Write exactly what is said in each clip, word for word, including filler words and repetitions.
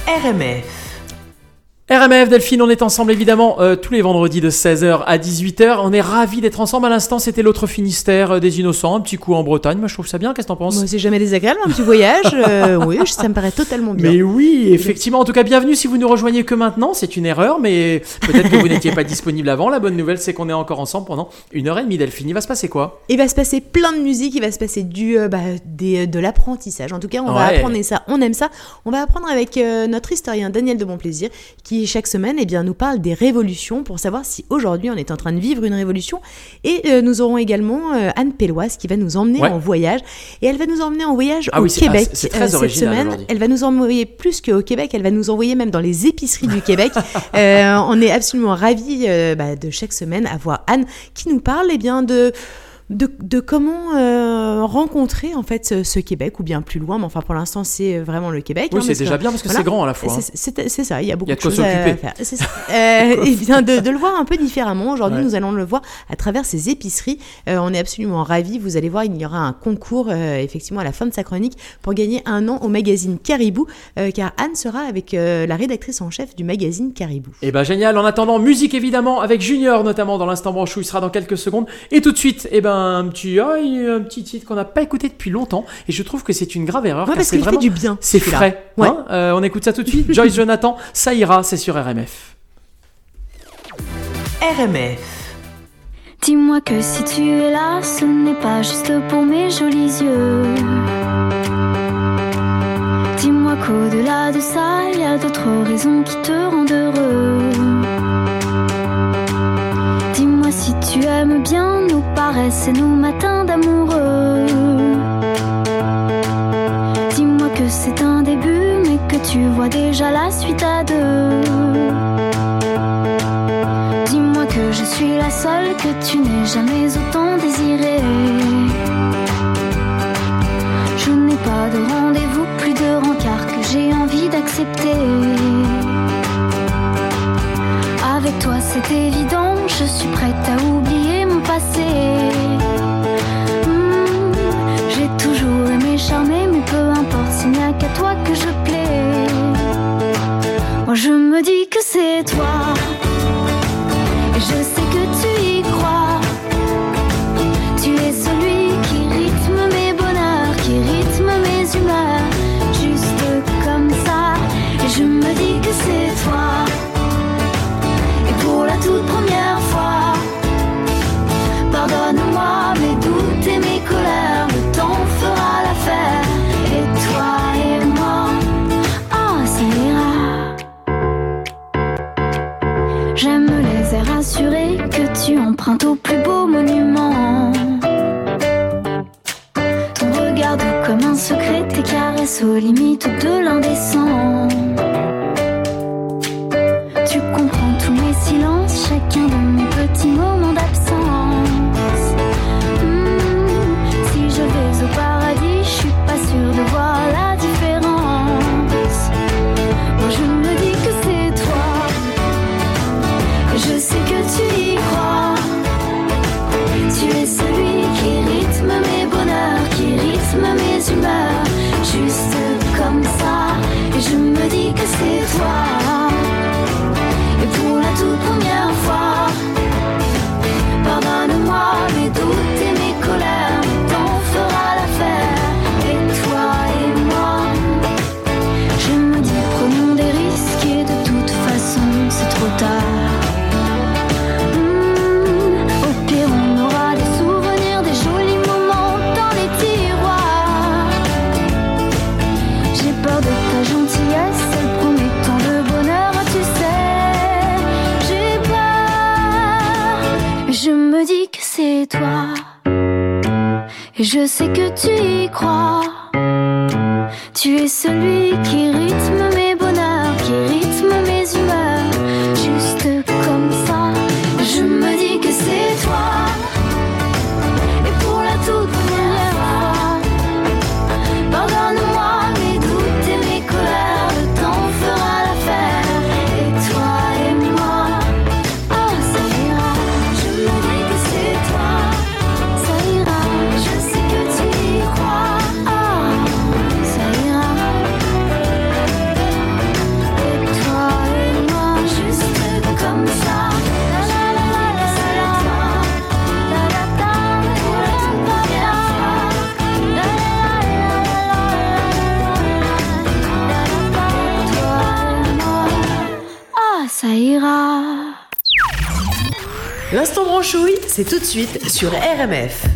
R M F. R M F, Delphine, on est ensemble évidemment euh, tous les vendredis de seize heures à dix-huit heures. On est ravis d'être ensemble. À l'instant, c'était l'autre Finistère euh, des Innocents, un petit coup en Bretagne. Moi, je trouve ça bien. Qu'est-ce que t'en penses ? Moi, c'est jamais désagréable, un petit voyage. Euh, oui, ça me paraît totalement bien. Mais oui, effectivement. En tout cas, bienvenue si vous nous rejoignez que maintenant. C'est une erreur, mais peut-être que vous n'étiez pas disponible avant. La bonne nouvelle, c'est qu'on est encore ensemble pendant une heure et demie. Delphine, il va se passer quoi ? Il va se passer plein de musique. Il va se passer du, euh, bah, des, de l'apprentissage. En tout cas, on Ouais. va apprendre et ça. On aime ça. On va apprendre avec euh, notre historien Daniel de Bonplaisir, qui chaque semaine, eh bien, nous parle des révolutions pour savoir si aujourd'hui on est en train de vivre une révolution. Et euh, nous aurons également euh, Anne Pelloise qui va nous emmener Ouais. en voyage. Et elle va nous emmener en voyage Ah au oui, c'est- Québec ah, c'est- c'est très cette original semaine. aujourd'hui. Elle va nous envoyer plus qu'au Québec, elle va nous envoyer même dans les épiceries du Québec. Euh, on est absolument ravis euh, bah, de chaque semaine avoir Anne qui nous parle eh bien, de... De, de comment euh, rencontrer en fait ce, ce Québec ou bien plus loin, mais enfin pour l'instant c'est vraiment le Québec. Oui, hein, c'est parce déjà que, bien parce que voilà, c'est grand à la fois. hein. c'est, c'est, c'est ça, il y a beaucoup Il y a de de quoi choses à s'occuper. faire. C'est ça. Euh, et bien de, de le voir un peu différemment. Aujourd'hui, Ouais. nous allons le voir à travers ces épiceries. Euh, on est absolument ravis. Vous allez voir, il y aura un concours euh, effectivement à la fin de sa chronique pour gagner un an au magazine Caribou, euh, car Anne sera avec euh, la rédactrice en chef du magazine Caribou. Eh ben génial. En attendant, musique évidemment avec Junior notamment dans l'instant branchou. Il sera dans quelques secondes. Et tout de suite, eh ben un petit, ah, un petit titre qu'on n'a pas écouté depuis longtemps. Et je trouve que c'est une grave erreur. Ouais, car parce c'est qu'il vraiment, fait du bien. c'est celui-là. frais. Ouais. Hein Euh, on écoute ça tout de suite. Joyce Jonathan, ça ira. C'est sur R M F. R M F. Dis-moi que si tu es là, ce n'est pas juste pour mes jolis yeux. Dis-moi qu'au-delà de ça, il y a d'autres raisons qui te rendent heureux. Dis-moi si tu aimes bien nos paresses et nos matins d'amoureux. Dis-moi que c'est un début, mais que tu vois déjà la suite à deux. Dis-moi que je suis la seule que tu n'aies jamais autant désirée. Je n'ai pas de rendez-vous, plus de rencard que j'ai envie d'accepter. Avec toi c'est évident, je suis prête à oublier mon passé. Mmh, j'ai toujours aimé charmer, mais peu importe s'il n'y a qu'à toi que je plais. Moi je me dis que c'est toi. Et je sais que tu y crois. Tu es celui qui rythme mes bonheurs, qui rythme mes humeurs, juste comme ça. Et je me dis que c'est toi. Et pour la toute première fois, pardonne-moi mes doutes et mes colères, le temps fera l'affaire. Et toi et moi, oh ça ira. J'aime les airs assurés que tu empruntes au plus beau monument. Ton regard doux comme un secret, tes caresses aux limites de l'indécent. Tu comprends tous mes silences, chacun de mes petits moments d'absence. Mmh, si je vais au paradis, je suis pas sûre de voir la différence. Moi je me dis que c'est toi. Je sais que tu y crois. Tu es celui qui rythme mes bonheurs, qui rythme mes humeurs, juste comme ça. Et je me dis que c'est toi. Et pour la toute première fois, pardonne-moi mes doutes et mes colères, le temps fera l'affaire. Et toi et moi, je me dis prenons des risques et de toute façon c'est trop tard. Je me dis que c'est toi. Et je sais que tu y crois. Tu es celui qui rythme mes bonheurs, qui rythme mes humeurs, juste comme ça. Je me dis que c'est toi. Et pour la toute première fois, pardonne-moi mes doutes et mes colères, le temps fera l'affaire. Et toi et moi, oh ça ira. Je me dis que c'est toi, ça ira. Je sais que tu y crois, oh ça ira. dira. L'instant branchouille, c'est tout de suite sur R M F.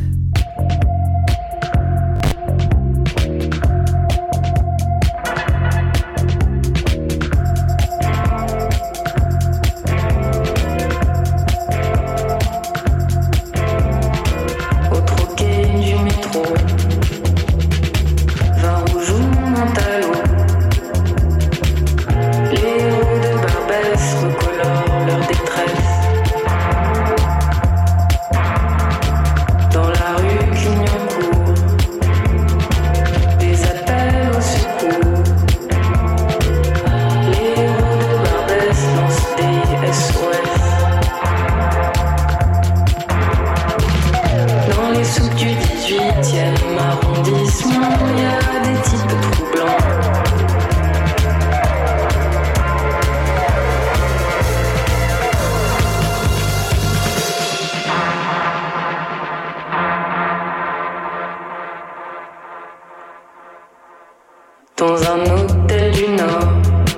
Dans un hôtel du Nord,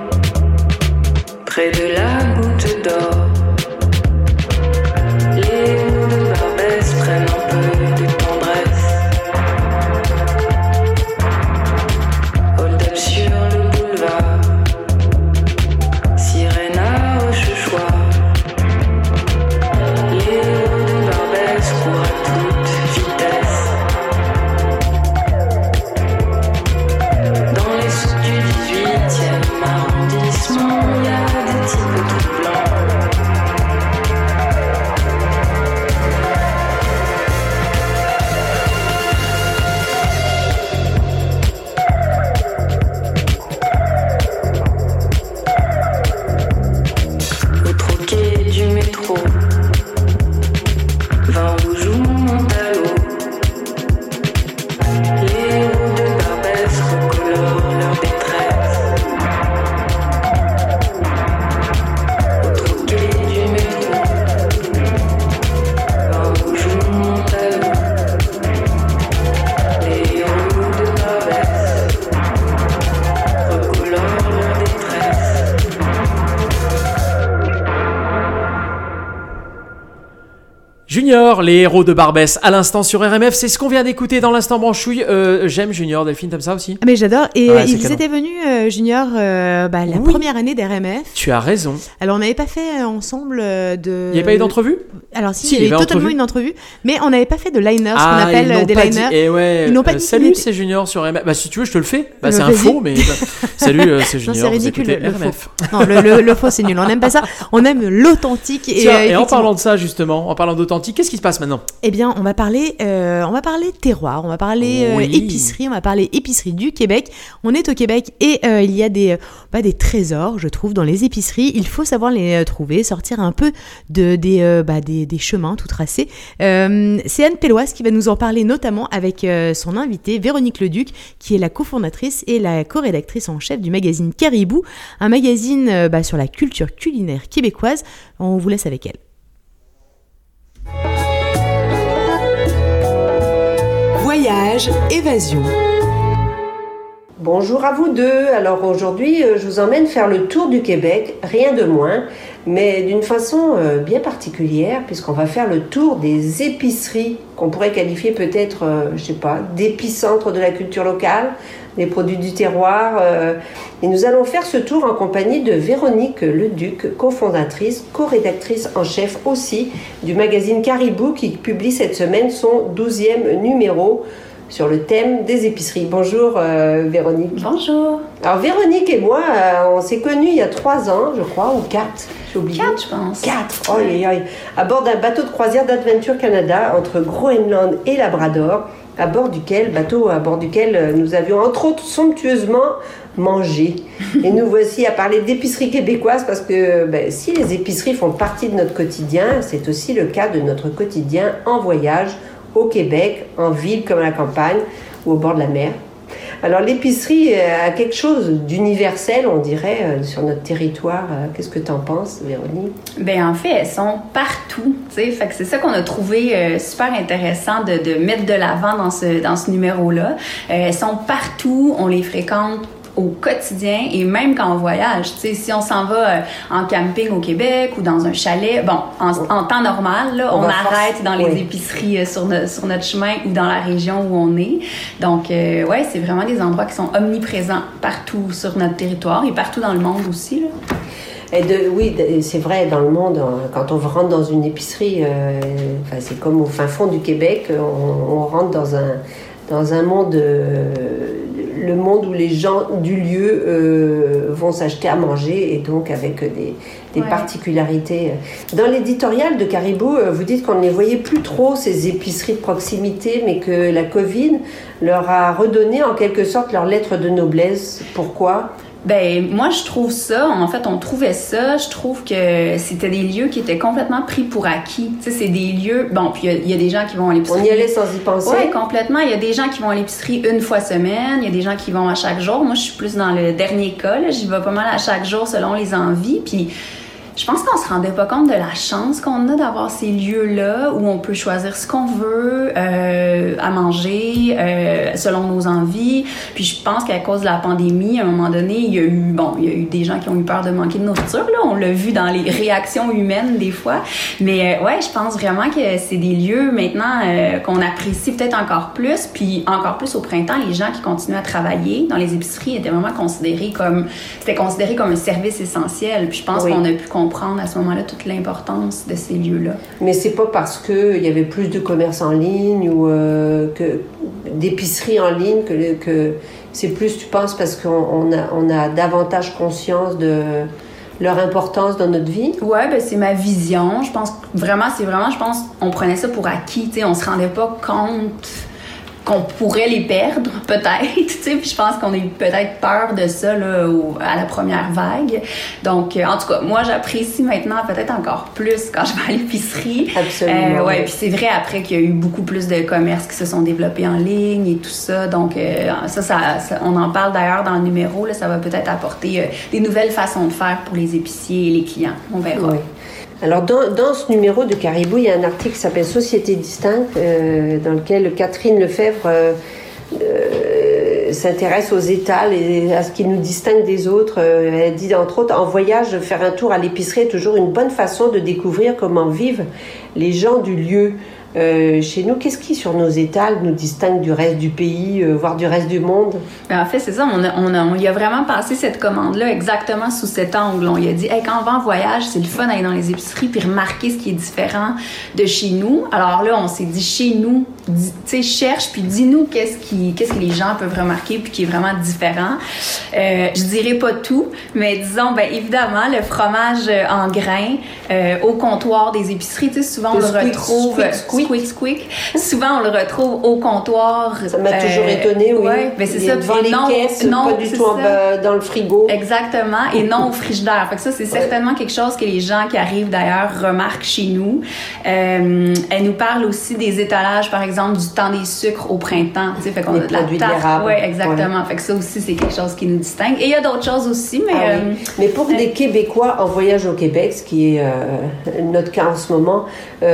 près de la goutte d'or, les hauts de Barbès prennent un peu de tendresse. Hold up sur le boulevard, sirène à Rochechouart. Les hauts de Barbès courent à toute vitesse. Junior, les héros de Barbès, à l'instant sur R M F, c'est ce qu'on vient d'écouter dans l'instant branchouille. Euh, j'aime Junior, Delphine, t'aimes ça aussi ? Ah mais j'adore, et ouais, ils étaient venus, euh, Junior, euh, bah, la oui. première année d'R M F. Tu as raison. Alors on n'avait pas fait ensemble de... Il n'y avait pas eu d'entrevue ? Alors si, si, il y avait totalement entrevue. une entrevue, mais on n'avait pas fait de liners, ah, ce qu'on appelle ils des pas liners. Dit, et ouais, ils n'ont pas euh, dit salut, était... c'est Junior sur R M F. Bah si tu veux, je te le fais. Bah le c'est un faux, mais bah, salut, euh, c'est Junior. Non, c'est ridicule, le R M F. Non, le, le, le faux, c'est nul. On n'aime pas ça. On aime l'authentique. Et, Tiens, euh, et en parlant de ça, justement, en parlant d'authentique, qu'est-ce qui se passe maintenant ? Eh bien, on va parler, euh, on va parler terroir, on va parler euh, oui. épicerie, on va parler épicerie du Québec. On est au Québec et euh, il y a des, bah, des trésors, je trouve, dans les épiceries. Il faut savoir les euh, trouver, sortir un peu de, des, euh, bah, des, des chemins tout tracés. Euh, c'est Anne Pelloise qui va nous en parler, notamment avec euh, son invitée Véronique Leduc, qui est la cofondatrice et la co-rédactrice en chef du magazine Caribou, un magazine euh, bah, sur la culture culinaire québécoise. On vous laisse avec elle. Voyage, évasion. Bonjour à vous deux. Alors aujourd'hui, je vous emmène faire le tour du Québec, rien de moins, mais d'une façon bien particulière, puisqu'on va faire le tour des épiceries qu'on pourrait qualifier peut-être, je sais pas, d'épicentre de la culture locale, des produits du terroir. Et nous allons faire ce tour en compagnie de Véronique Leduc, cofondatrice, co-rédactrice en chef aussi du magazine Caribou, qui publie cette semaine son douzième numéro sur le thème des épiceries. Bonjour euh, Véronique. Bonjour. Alors Véronique et moi, euh, on s'est connus il y a trois ans, je crois, ou quatre, j'ai oublié. Quatre, je pense. Quatre, oh, ouais. aïe, aïe. À bord d'un bateau de croisière d'Adventure Canada entre Groenland et Labrador, à bord duquel, bateau à bord duquel nous avions entre autres somptueusement mangé. Et nous voici à parler d'épicerie québécoise parce que ben, si les épiceries font partie de notre quotidien, c'est aussi le cas de notre quotidien en voyage, au Québec, en ville comme à la campagne ou au bord de la mer. Alors l'épicerie a quelque chose d'universel, on dirait, sur notre territoire. Qu'est-ce que tu en penses, Véronique? Ben en fait, elles sont partout, tu sais. Fait que c'est ça qu'on a trouvé euh, super intéressant de, de mettre de l'avant dans ce, dans ce numéro-là. Euh, elles sont partout, on les fréquente au quotidien et même quand on voyage. Tu sais, si on s'en va euh, en camping au Québec ou dans un chalet, bon, en, en temps normal, là, on, on arrête force. dans les oui. épiceries euh, sur, no, sur notre chemin ou dans la région où on est. Donc, euh, ouais, c'est vraiment des endroits qui sont omniprésents partout sur notre territoire et partout dans le monde aussi, là. Et de, oui, c'est vrai, dans le monde, quand on rentre dans une épicerie, euh, enfin, c'est comme au fin fond du Québec, on, on rentre dans un, dans un monde, euh, le monde où les gens du lieu euh, vont s'acheter à manger et donc avec des, des ouais. particularités. Dans l'éditorial de Caribou, vous dites qu'on ne les voyait plus trop, ces épiceries de proximité, mais que la COVID leur a redonné en quelque sorte leur lettre de noblesse. Pourquoi ? Ben moi je trouve ça, en fait on trouvait ça, je trouve que c'était des lieux qui étaient complètement pris pour acquis. Tu sais, c'est des lieux, bon puis il y, y a des gens qui vont à l'épicerie. On y allait sans y penser. Oui, complètement. Il y a des gens qui vont à l'épicerie une fois semaine, il y a des gens qui vont à chaque jour. Moi je suis plus dans le dernier cas, là. J'y vais pas mal à chaque jour selon les envies. Puis je pense qu'on se rendait pas compte de la chance qu'on a d'avoir ces lieux-là où on peut choisir ce qu'on veut euh, à manger euh, selon nos envies. Puis je pense qu'à cause de la pandémie, à un moment donné, il y a eu bon, il y a eu des gens qui ont eu peur de manquer de nourriture. Là, on l'a vu dans les réactions humaines des fois. Mais euh, ouais, je pense vraiment que c'est des lieux maintenant euh, qu'on apprécie peut-être encore plus. Puis encore plus au printemps, les gens qui continuent à travailler dans les épiceries étaient vraiment considérés comme c'était considéré comme un service essentiel. Puis je pense oui. qu'on a pu comprendre à ce moment-là toute l'importance de ces lieux-là. Mais c'est pas parce qu'il y avait plus de commerce en ligne ou euh, que d'épicerie en ligne que, que c'est plus, tu penses, parce qu'on on a, on a davantage conscience de leur importance dans notre vie? Ouais, ben c'est ma vision. Je pense vraiment, c'est vraiment, je pense, on prenait ça pour acquis, tu sais, on se rendait pas compte qu'on pourrait les perdre, peut-être, tu sais, puis je pense qu'on a eu peut-être peur de ça, là, au, à la première vague. Donc, euh, en tout cas, moi, j'apprécie maintenant peut-être encore plus quand je vais à l'épicerie. Absolument. Euh, ouais, puis c'est vrai, après, qu'il y a eu beaucoup plus de commerces qui se sont développés en ligne et tout ça, donc euh, ça, ça, ça, on en parle d'ailleurs dans le numéro, là, ça va peut-être apporter euh, des nouvelles façons de faire pour les épiciers et les clients, on verra. Oui. Alors, dans, dans ce numéro de Caribou, il y a un article qui s'appelle « Société distincte euh, » dans lequel Catherine Lefebvre euh, euh, s'intéresse aux étals et à ce qui nous distingue des autres. Euh, elle dit, entre autres, « En voyage, faire un tour à l'épicerie est toujours une bonne façon de découvrir comment vivent les gens du lieu. » Euh, chez nous, qu'est-ce qui, sur nos étals, nous distingue du reste du pays, euh, voire du reste du monde? En fait, c'est ça. On, a, on, a, on y a vraiment passé cette commande-là exactement sous cet angle. On y a dit, hey, quand on va en voyage, c'est le fun d'aller dans les épiceries puis remarquer ce qui est différent de chez nous. Alors là, on s'est dit, chez nous, tu sais, cherche puis dis-nous qu'est-ce, qui, qu'est-ce que les gens peuvent remarquer puis qui est vraiment différent. Euh, je dirais pas tout, mais disons, ben évidemment, le fromage en grains euh, au comptoir des épiceries, tu sais, souvent le on squeak, le retrouve... Squeak, squeak. Squeak, squeak. Souvent, on le retrouve au comptoir. Ça m'a euh, toujours étonnée, oui. Ouais, ben c'est ça. Devant les non, caisses, non, pas du tout en bas, dans le frigo. Exactement, et non au frigidaire. Fait que ça, c'est ouais. certainement quelque chose que les gens qui arrivent d'ailleurs remarquent chez nous. Euh, elle nous parle aussi des étalages, par exemple, du temps des sucres au printemps. Tu sais, fait qu'on les a de la tarte. Oui, exactement. Ouais. Fait que ça aussi, c'est quelque chose qui nous distingue. Et il y a d'autres choses aussi, mais... Ah, euh, oui. Mais pour euh, des Québécois en voyage au Québec, ce qui est euh, notre cas en ce moment,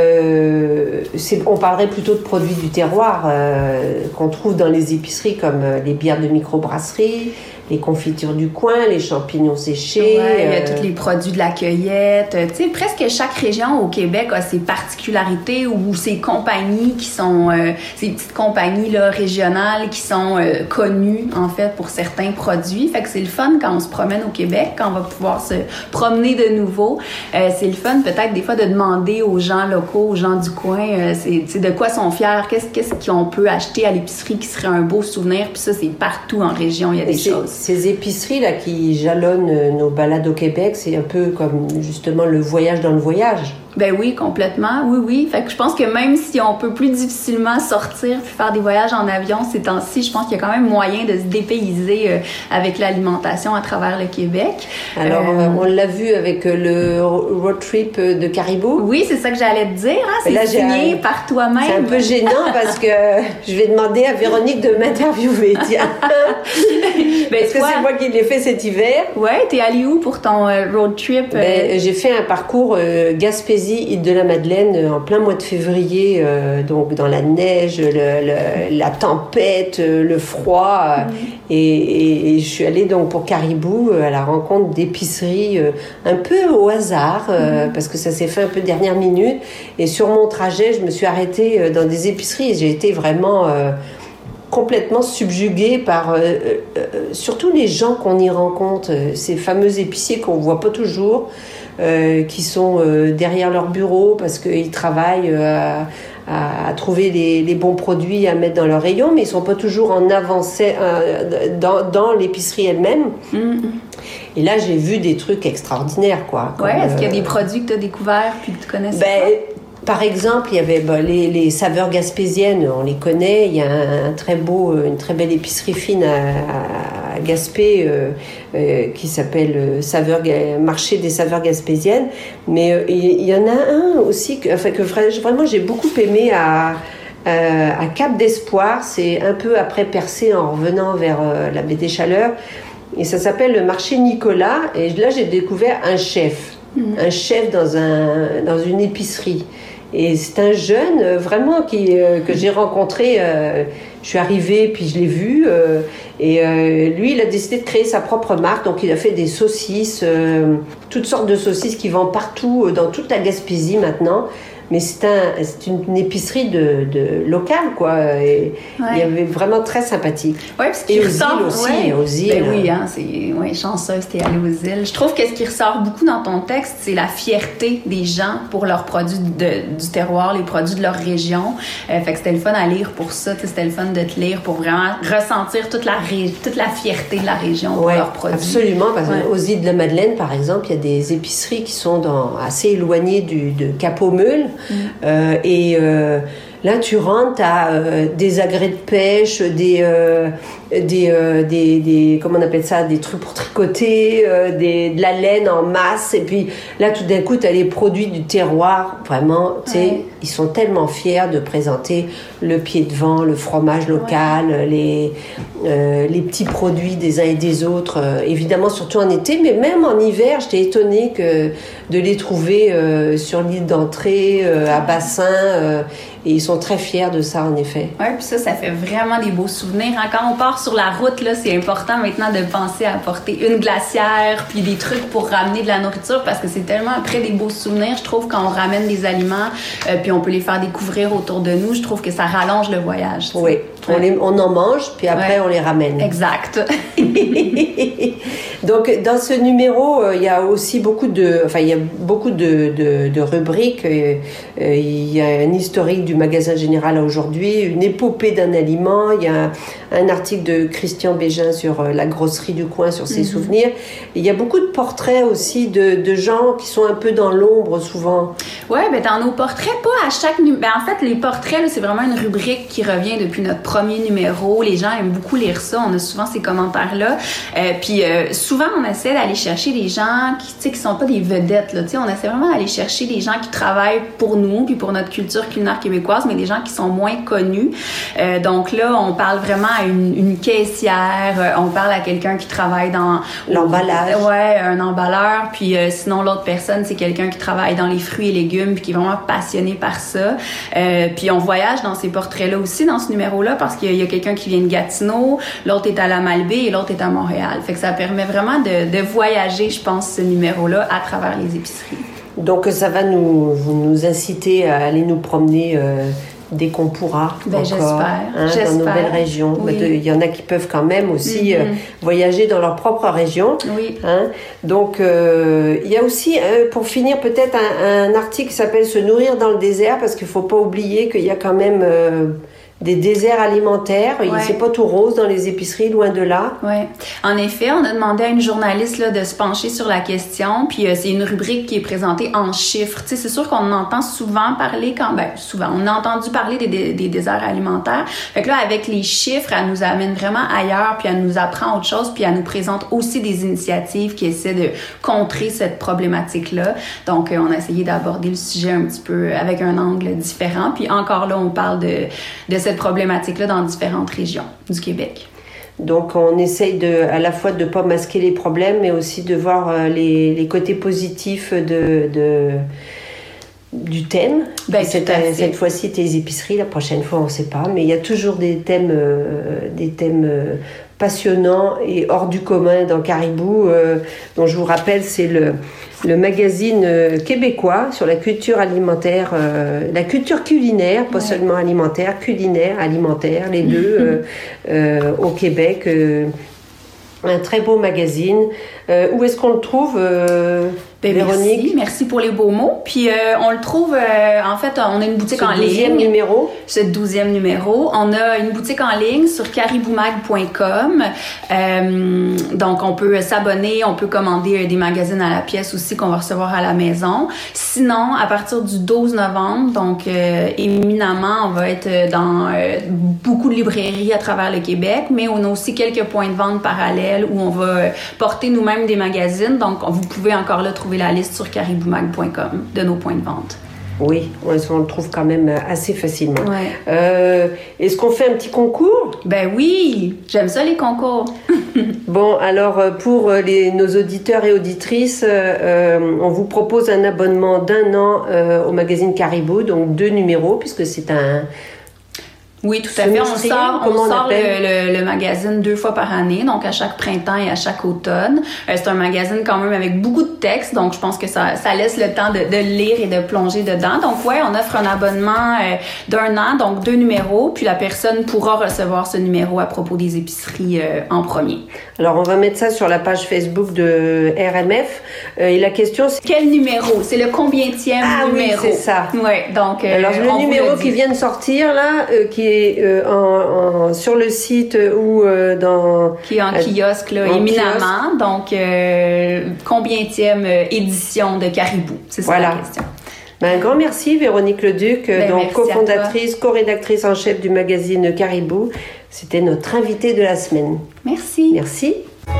euh, c'est, on parlerait plutôt de produits du terroir euh, qu'on trouve dans les épiceries, comme euh, les bières de microbrasserie, les confitures du coin, les champignons séchés. Ouais, il y a euh... tous les produits de la cueillette. Tu sais, presque chaque région au Québec a ses particularités ou ses compagnies qui sont, euh, ces petites compagnies là, régionales qui sont euh, connues, en fait, pour certains produits. Fait que c'est le fun quand on se promène au Québec, quand on va pouvoir se promener de nouveau. Euh, c'est le fun, peut-être, des fois, de demander aux gens locaux, aux gens du coin, euh, c'est, c'est de quoi sont fiers, qu'est-ce, qu'est-ce qu'on peut acheter à l'épicerie qui serait un beau souvenir. Puis ça, c'est partout en région, il y a des c'est, choses. Ces épiceries-là qui jalonnent nos balades au Québec, c'est un peu comme, justement, le voyage dans le voyage. Ben oui, complètement, oui, oui. Fait que je pense que même si on peut plus difficilement sortir puis faire des voyages en avion ces temps-ci, je pense qu'il y a quand même moyen de se dépayser euh, avec l'alimentation à travers le Québec. Alors, euh, on l'a vu avec le road trip de Caribou. Oui, c'est ça que j'allais te dire. Hein? C'est là, signé un... par toi-même. C'est un peu gênant parce que je vais demander à Véronique de m'interviewer, tiens. Ben, parce toi... que c'est moi qui l'ai fait cet hiver. Ouais, t'es allé où pour ton euh, road trip? Euh... Ben, j'ai fait un parcours euh, Gaspésie Gaspésie, île de la Madeleine, en plein mois de février, euh, donc dans la neige, le, le, la tempête, le froid. Euh, mmh. et, et, et je suis allée donc pour Caribou à la rencontre d'épiceries euh, un peu au hasard, euh, mmh. parce que ça s'est fait un peu dernière minute. Et sur mon trajet, je me suis arrêtée dans des épiceries et j'ai été vraiment... Euh, complètement subjuguée par euh, euh, surtout les gens qu'on y rencontre, euh, ces fameux épiciers qu'on voit pas toujours, euh, qui sont euh, derrière leur bureau parce qu'ils travaillent euh, à, à trouver les, les bons produits à mettre dans leur rayon, mais ils sont pas toujours en avance euh, dans, dans l'épicerie elle-même. Mm-hmm. Et là, j'ai vu des trucs extraordinaires, quoi. Ouais, est-ce euh, qu'il y a des produits que tu as découverts puis que tu connaissais ben, pas? Par exemple, il y avait bah, les, les saveurs gaspésiennes, on les connaît. Il y a un, un très beau, une très belle épicerie fine à, à Gaspé euh, euh, qui s'appelle euh, Saveur, Marché des saveurs gaspésiennes. Mais euh, il y, y en a un aussi que, enfin, que vraiment j'ai beaucoup aimé à, euh, à Cap d'Espoir. C'est un peu après Percé en revenant vers euh, la baie des Chaleurs. Et ça s'appelle le marché Nicolas. Et là, j'ai découvert un chef. Mmh. Un chef dans, un, dans une épicerie. Et c'est un jeune euh, vraiment qui, euh, que j'ai rencontré, euh, je suis arrivée puis je l'ai vu euh, et euh, lui il a décidé de créer sa propre marque, donc il a fait des saucisses, euh, toutes sortes de saucisses qu'il vend partout dans toute la Gaspésie maintenant. Mais c'est, un, c'est une, une épicerie de, de locale, quoi. Et ouais. Il y avait vraiment très sympathique. Ouais, parce et aux ressort, îles aussi, ouais. aux îles. Ben oui, hein, c'est ouais, chanceuse, t'es allée aux îles. Je trouve que ce qui ressort beaucoup dans ton texte, c'est la fierté des gens pour leurs produits de, du terroir, les produits de leur région. Euh, fait que c'était le fun à lire pour ça. C'était le fun de te lire pour vraiment ressentir toute la, ré, toute la fierté de la région pour ouais, leurs produits. Absolument. Parce ouais. Aux îles de la Madeleine, par exemple, il y a des épiceries qui sont dans, assez éloignées du, de Cap-aux-Meules. Mm. Euh, et euh, là, tu rentres, tu as euh, des agrès de pêche, des, euh, des, euh, des, des, comment on appelle ça, des trucs pour tricoter, euh, des, de la laine en masse. Et puis là, tout d'un coup, tu as les produits du terroir. Vraiment, tu sais, ouais. Ils sont tellement fiers de présenter le pied de vent, le fromage local, ouais. les, euh, les petits produits des uns et des autres. Euh, évidemment, surtout en été, mais même en hiver, j'étais étonnée que, de les trouver euh, sur l'île d'entrée, euh, à Bassin. Euh, et ils sont très fiers de ça, en effet. Oui, puis ça, ça fait vraiment des beaux souvenirs. Hein? Quand on part sur la route, là, c'est important maintenant de penser à apporter une glacière puis des trucs pour ramener de la nourriture parce que c'est tellement après des beaux souvenirs. Je trouve quand on ramène des aliments euh, puis on peut les faire découvrir autour de nous, je trouve que ça rallonge le voyage. Oui, ouais. on, les, on en mange puis après ouais. on les ramène. Exact. Donc dans ce numéro, il euh, y a aussi beaucoup de, enfin il y a beaucoup de, de, de rubriques. Il euh, y a un historique du magasin général à aujourd'hui, une épopée d'un aliment. Il y a un, un article de Christian Bégin sur euh, la grosserie du coin, sur ses mm-hmm. souvenirs. Il y a beaucoup de portraits aussi de, de gens qui sont un peu dans l'ombre souvent. Oui, ben dans nos portraits, pas à chaque numéro. Ben, en fait, les portraits, là, c'est vraiment une rubrique qui revient depuis notre premier numéro. Les gens aiment beaucoup lire ça. On a souvent ces commentaires-là. Euh, puis euh, souvent, on essaie d'aller chercher des gens qui, tu sais, qui sont pas des vedettes. Là, tu sais, on essaie vraiment d'aller chercher des gens qui travaillent pour nous puis pour notre culture culinaire québécoise, mais des gens qui sont moins connus. Euh, donc là, on parle vraiment à une, une caissière. Euh, on parle à quelqu'un qui travaille dans l'emballage. Ouais, un emballeur. Puis euh, sinon, l'autre personne, c'est quelqu'un qui travaille dans les fruits et légumes puis qui est vraiment passionné par ça. Euh, puis on voyage dans ces portraits-là aussi, dans ce numéro-là, parce qu'il y a, il y a quelqu'un qui vient de Gatineau, l'autre est à la Malbaie et l'autre est à Montréal. Fait que ça permet vraiment de, de voyager, je pense, ce numéro-là à travers les épiceries. Donc ça va nous, nous inciter à aller nous promener euh, dès qu'on pourra. Ben, encore, j'espère. Hein, j'espère. Dans nos belles régions. Il oui. y en a qui peuvent quand même aussi mm-hmm. euh, voyager dans leur propre région. Oui. Hein. Donc euh, il y a aussi, euh, pour finir, peut-être un, un article qui s'appelle « Se nourrir dans le désert » parce qu'il ne faut pas oublier qu'il y a quand même... Euh, des déserts alimentaires, ouais. C'est pas tout rose dans les épiceries, loin de là. Oui. En effet, on a demandé à une journaliste là, de se pencher sur la question, puis euh, c'est une rubrique qui est présentée en chiffres. Tu sais, c'est sûr qu'on entend souvent parler quand, ben souvent, on a entendu parler des, des, des déserts alimentaires. Fait que là, avec les chiffres, elle nous amène vraiment ailleurs, puis elle nous apprend autre chose, puis elle nous présente aussi des initiatives qui essaient de contrer cette problématique-là. Donc, euh, on a essayé d'aborder le sujet un petit peu avec un angle différent. Puis encore là, on parle de, de cette problématique-là dans différentes régions du Québec. Donc, on essaye de, à la fois de ne pas masquer les problèmes, mais aussi de voir euh, les, les côtés positifs de, de, du thème. Ben, cette, tout à fait. cette fois-ci, tes épiceries, la prochaine fois, on ne sait pas. Mais il y a toujours des thèmes, euh, des thèmes euh, passionnants et hors du commun dans Caribou, euh, dont je vous rappelle, c'est le, le magazine euh, québécois sur la culture alimentaire, euh, la culture culinaire, pas Ouais. seulement alimentaire, culinaire, alimentaire, les deux, euh, euh, au Québec. Euh, un très beau magazine. Euh, où est-ce qu'on le trouve, euh, Ben, Véronique? merci, merci pour les beaux mots. Puis euh, on le trouve, euh, en fait, on a une boutique Ce en douzième ligne. numéro. Ce douzième numéro. On a une boutique en ligne sur cariboumag point com. Euh, donc, on peut s'abonner, on peut commander euh, des magazines à la pièce aussi qu'on va recevoir à la maison. Sinon, à partir du douze novembre, donc euh, éminemment, on va être dans euh, beaucoup de librairies à travers le Québec, mais on a aussi quelques points de vente parallèles où on va euh, porter nous-mêmes des magazines. Donc, vous pouvez encore là trouver la liste sur cariboumag point com de nos points de vente. Oui, on, on le trouve quand même assez facilement. Ouais. Euh, est-ce qu'on fait un petit concours? Ben oui, j'aime ça les concours. Bon, alors euh, pour euh, les, nos auditeurs et auditrices, euh, euh, on vous propose un abonnement d'un an euh, au magazine Caribou, donc deux numéros, puisque c'est un... Oui, tout à fait. On Semestriel, sort, comment on on sort appelle? le, le, le magazine deux fois par année, donc à chaque printemps et à chaque automne. Euh, c'est un magazine quand même avec beaucoup de textes, donc je pense que ça, ça laisse le temps de, de lire et de plonger dedans. Donc ouais, on offre un abonnement euh, d'un an, donc deux numéros, puis la personne pourra recevoir ce numéro à propos des épiceries euh, en premier. Alors on va mettre ça sur la page Facebook de R M F. Euh, et la question, c'est... Quel numéro? C'est le combienième Ah oui, numéro? c'est ça. Ouais, donc euh, Alors on le vous numéro dit. qui vient de sortir là, euh, qui est euh, en, en, sur le site ou euh, dans... Qui est en Euh, kiosque, là, en éminemment. Donc, euh, combienième euh, édition de Caribou? C'est ça Voilà. la question. Ben, un grand merci Véronique Leduc, Ben, donc merci cofondatrice, co-rédactrice en chef du magazine Caribou. C'était notre invitée de la semaine. Merci. Merci.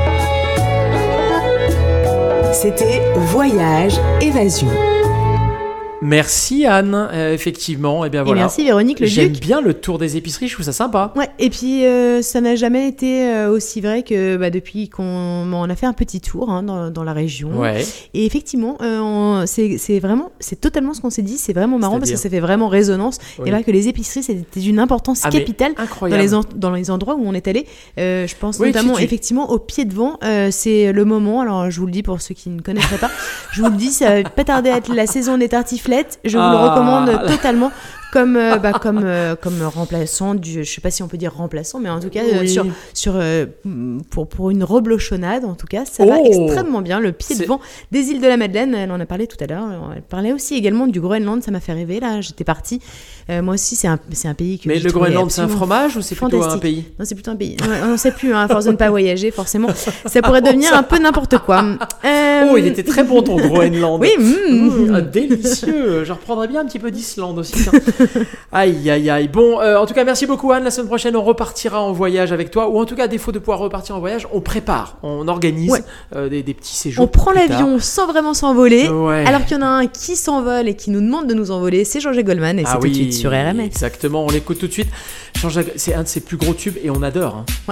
C'était Voyage Évasion. Merci Anne, Euh, effectivement, et bien Et voilà. merci Véronique J'aime Leduc. bien le tour des épiceries, je trouve ça sympa. Ouais, et puis euh, ça n'a jamais été euh, aussi vrai que bah, depuis qu'on on a fait un petit tour hein, dans, dans la région. Ouais. Et effectivement, euh, on- c'est c'est vraiment, c'est totalement ce qu'on s'est dit. C'est vraiment marrant parce que C'est-à-dire ça fait vraiment résonance. Oui. Et là, que les épiceries, c'était d'une importance Ah, mais capitale dans incroyable. les, en- dans les endroits où on est allé. Euh, je pense Oui, notamment tu- tu- effectivement au pied de vent. Euh, c'est le moment. Alors, je vous le dis pour ceux qui ne connaîtraient pas. Je vous le dis, ça va pas tarder à être la saison des tartiflettes. Je vous Ah, le recommande là. totalement. Comme, euh, bah, comme, euh, comme remplaçant du, je sais pas si on peut dire remplaçant, mais en tout cas euh, Oui. sur, sur euh, pour, pour une reblochonnade, en tout cas, ça va Oh. extrêmement bien. Le pied C'est- de vent des îles de la Madeleine, elle en a parlé tout à l'heure. Elle parlait aussi également du Groenland, ça m'a fait rêver là. J'étais partie. Euh, moi aussi, c'est un, c'est un pays que Mais j'ai le trouvé Groenland, c'est un absolument fromage ou c'est plutôt un fantastique. pays? Non, c'est plutôt un pays. Ouais, on ne sait plus, hein, à force de ne pas voyager, forcément, ça pourrait devenir un peu n'importe quoi. Euh, Oh, il était très bon ton Groenland. Oui, mm, Mmh, ah, délicieux. Je reprendrais bien un petit peu d'Islande aussi. tiens. Aïe, aïe, aïe. Bon, euh, en tout cas, merci beaucoup Anne. La semaine prochaine, on repartira en voyage avec toi. Ou en tout cas, à défaut de pouvoir repartir en voyage, on prépare, on organise Ouais. euh, des, des petits séjours. on prend plus tard. l'avion sans vraiment s'envoler. Ouais. Alors qu'il y en a un qui s'envole et qui nous demande de nous envoler, c'est Jean-Jacques Goldman et c'est Ah tout oui, de suite sur R M S. Exactement, on l'écoute tout de suite. Jean-Jacques, c'est un de ses plus gros tubes et on adore. hein. Ouais.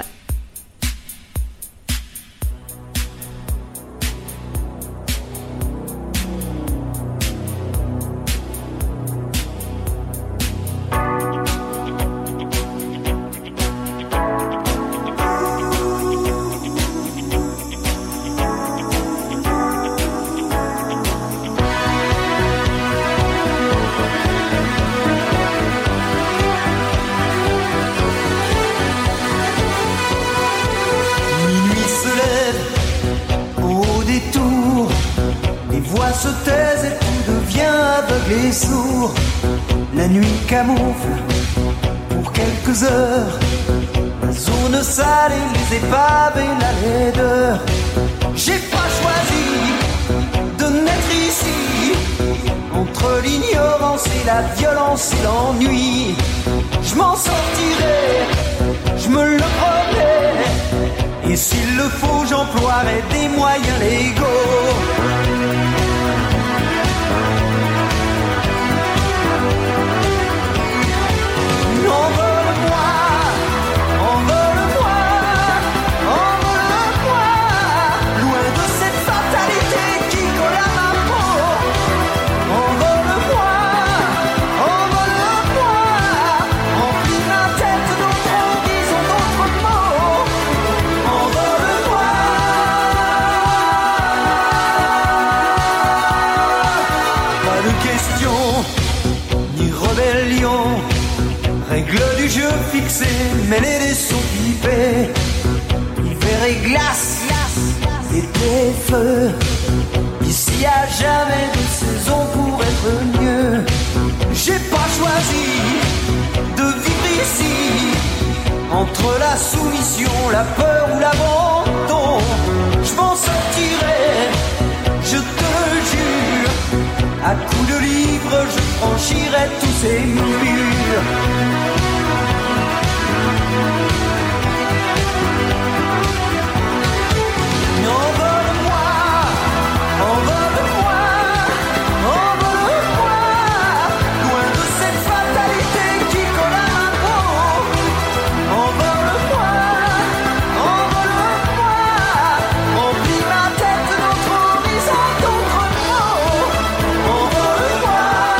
Minuit se lève au détour, les voix se taisent et tout devient aveugle et sourd. La nuit camoufle pour quelques heures la zone sale et les épaves et la laideur. J'ai pas choisi de naître ici, entre l'ignorance et la violence et l'ennui. Je m'en sortirai, je me le promets. Et s'il le faut, j'emploierai des moyens légaux. Envole-moi, envole-moi, envole-moi, loin de cette fatalité qui colle à ma peau. Envole-moi, mêlé des sous-pipés, hiver et glace, été et feu. Ici y a jamais de saison pour être mieux. J'ai pas choisi de vivre ici, entre la soumission, la peur ou l'abandon. Je m'en sortirai, je te le jure. À coups de livres, je franchirai tous ces murs. Envole-moi, envole-moi, envole-moi, loin de cette fatalité qui colle à ma peau. Envole-moi, envole-moi, remplis ma tête d'autres horizons, d'autres mots. Envole-moi.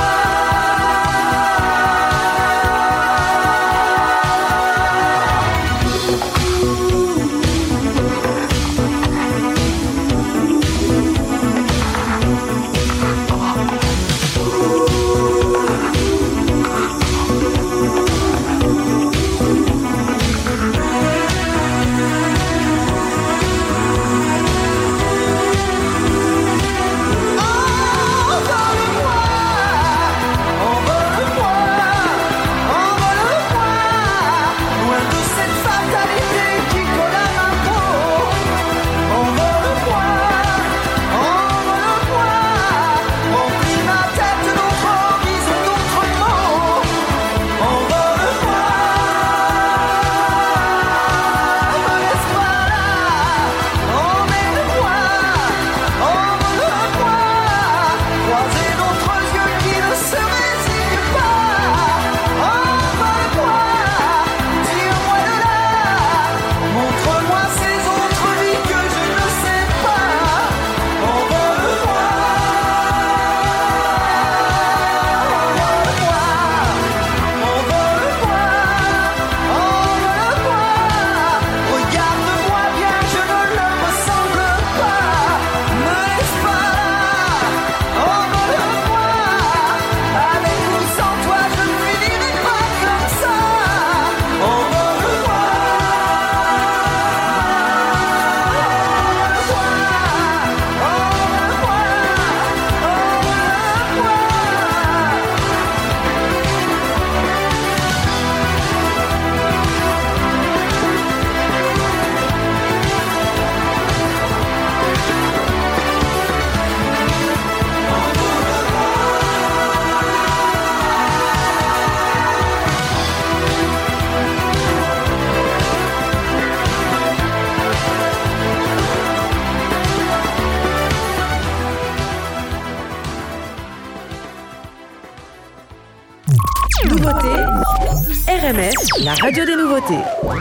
R M F, la radio des nouveautés.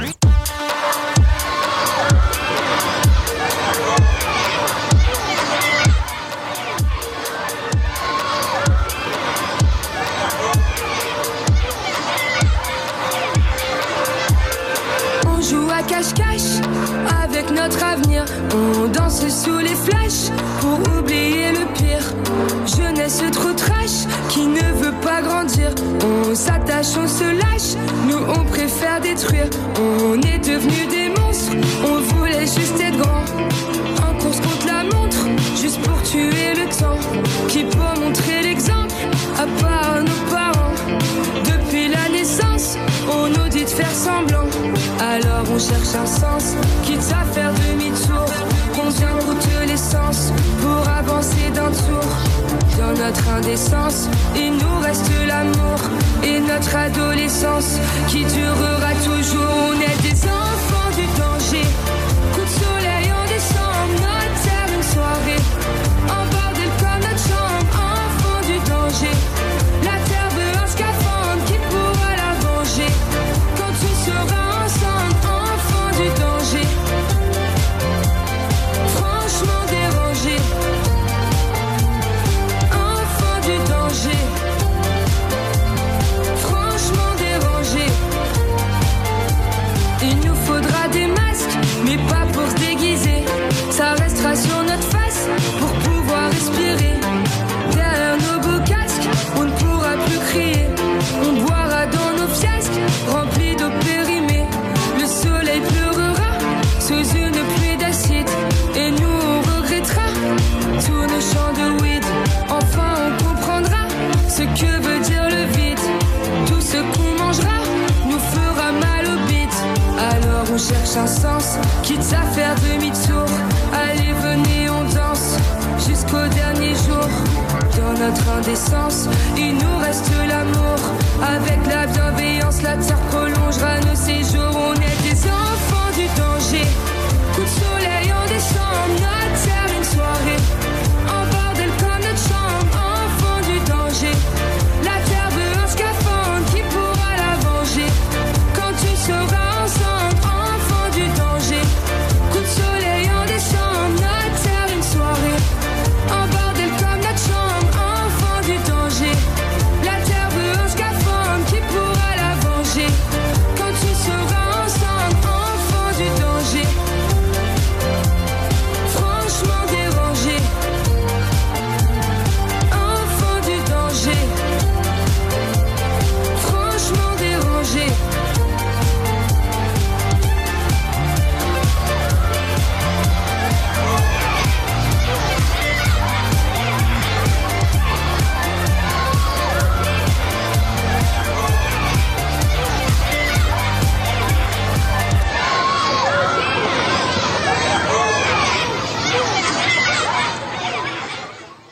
On joue à cache-cache avec notre avenir. On danse sous les flashs pour oublier le pire. Jeunesse trop trash qui ne veut pas grandir. On s'attache, on se lâche, nous on préfère détruire. On est devenus des monstres, on voulait juste être grand. En course contre la montre, juste pour tuer le temps. Qui peut montrer l'exemple, à part nos parents. Depuis la naissance, on nous dit de faire semblant. Alors on cherche un sens, quitte à faire demi-tour. Combien coûte l'essence pour avancer d'un tour? Dans notre indécence, il nous reste l'amour et notre adolescence qui durera toujours. On est des enfants du danger. Coup de soleil en décembre, notre terre une soirée. En bordel comme notre chambre, enfants du danger. La terre veut un scaphandre qui pourra la venger. Quand tout sera ensemble, enfants du danger. Franchement dérangé. Franchement dérangé. Il nous tous nos champs de weed. Enfin on comprendra ce que veut dire le vide. Tout ce qu'on mangera nous fera mal au bide. Alors on cherche un sens, quitte à faire demi-tour. Allez venez on danse jusqu'au dernier jour. Dans notre indécence, il nous reste l'amour. Avec la bienveillance, la terre prolongera nos séjours. On est